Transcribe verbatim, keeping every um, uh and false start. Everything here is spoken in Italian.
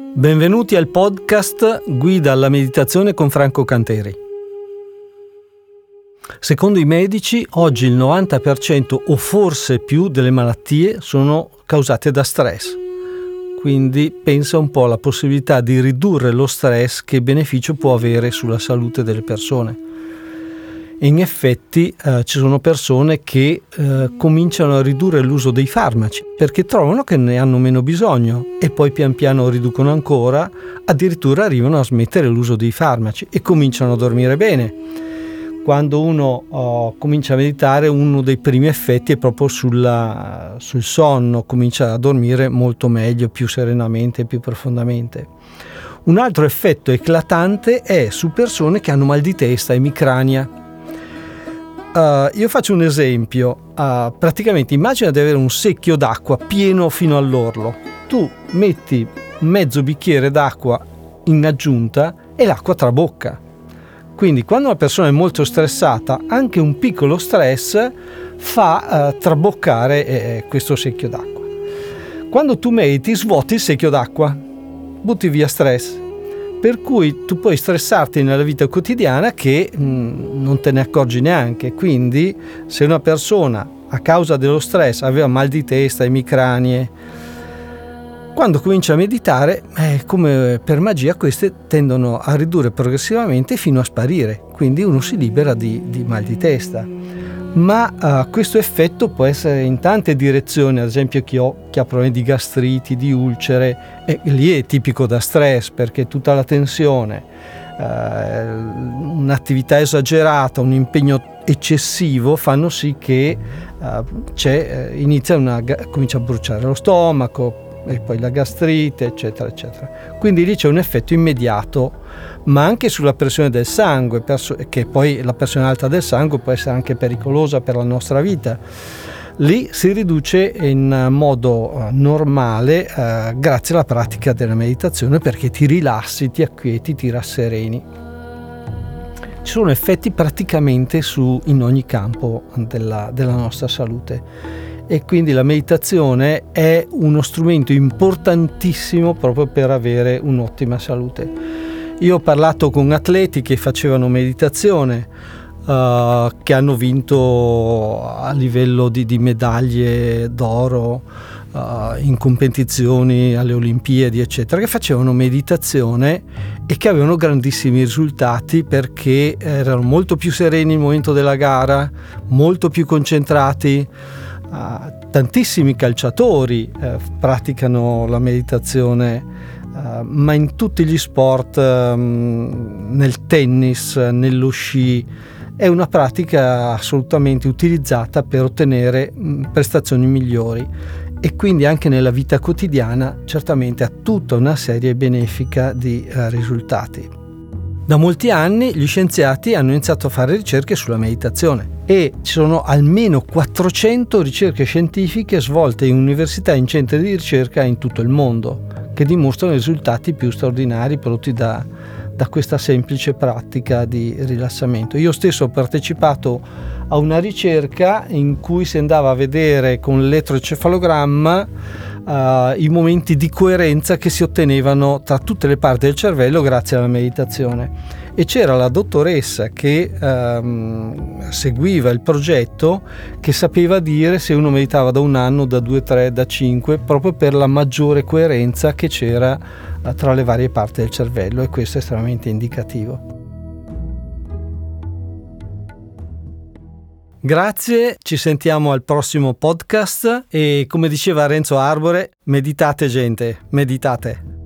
Benvenuti al podcast Guida alla meditazione con Franco Canteri. Secondo i medici, oggi il novanta per cento o forse più delle malattie sono causate da stress. Quindi pensa un po' alla possibilità di ridurre lo stress, che beneficio può avere sulla salute delle persone. E in effetti eh, ci sono persone che eh, cominciano a ridurre l'uso dei farmaci perché trovano che ne hanno meno bisogno e poi pian piano riducono ancora, addirittura arrivano a smettere l'uso dei farmaci e cominciano a dormire bene. Quando uno oh, comincia a meditare, uno dei primi effetti è proprio sulla, sul sonno, comincia a dormire molto meglio, più serenamente, più profondamente. Un altro effetto eclatante è su persone che hanno mal di testa, emicrania. Uh, io faccio un esempio, uh, praticamente immagina di avere un secchio d'acqua pieno fino all'orlo, tu metti mezzo bicchiere d'acqua in aggiunta e l'acqua trabocca, quindi quando una persona è molto stressata anche un piccolo stress fa uh, traboccare eh, questo secchio d'acqua. Quando tu mediti svuoti il secchio d'acqua, butti via stress. Per cui tu puoi stressarti nella vita quotidiana che mh, non te ne accorgi neanche. Quindi se una persona a causa dello stress aveva mal di testa, emicranie, quando comincia a meditare, eh, come per magia, queste tendono a ridurre progressivamente fino a sparire. Quindi uno si libera di, di mal di testa. Ma uh, questo effetto può essere in tante direzioni, ad esempio chi, ho, chi ha problemi di gastriti, di ulcere, e lì è tipico da stress perché tutta la tensione, uh, un'attività esagerata, un impegno eccessivo fanno sì che uh, c'è, uh, inizia una, comincia a bruciare lo stomaco e poi la gastrite, eccetera, eccetera. Quindi lì c'è un effetto immediato, ma anche sulla pressione del sangue, che poi la pressione alta del sangue può essere anche pericolosa per la nostra vita. Lì si riduce in modo normale eh, grazie alla pratica della meditazione, perché ti rilassi, ti acquieti, ti rassereni. Ci sono effetti praticamente su, in ogni campo della, della nostra salute. E quindi la meditazione è uno strumento importantissimo proprio per avere un'ottima salute. Io ho parlato con atleti che facevano meditazione, uh, che hanno vinto a livello di, di medaglie d'oro uh, in competizioni alle Olimpiadi, eccetera, che facevano meditazione e che avevano grandissimi risultati perché erano molto più sereni nel momento della gara, molto più concentrati. Uh, tantissimi calciatori uh, praticano la meditazione, uh, ma in tutti gli sport, um, nel tennis, nello sci, è una pratica assolutamente utilizzata per ottenere um, prestazioni migliori, e quindi anche nella vita quotidiana certamente ha tutta una serie benefica di uh, risultati. Da molti anni gli scienziati hanno iniziato a fare ricerche sulla meditazione e ci sono almeno quattrocento ricerche scientifiche svolte in università e in centri di ricerca in tutto il mondo che dimostrano i risultati più straordinari prodotti da, da questa semplice pratica di rilassamento. Io stesso ho partecipato a una ricerca in cui si andava a vedere con l'elettroencefalogramma Uh, i momenti di coerenza che si ottenevano tra tutte le parti del cervello grazie alla meditazione, e c'era la dottoressa che um, seguiva il progetto, che sapeva dire se uno meditava da un anno, da due, tre, da cinque, proprio per la maggiore coerenza che c'era uh, tra le varie parti del cervello, e questo è estremamente indicativo. Grazie, ci sentiamo al prossimo podcast e come diceva Renzo Arbore, meditate gente, meditate.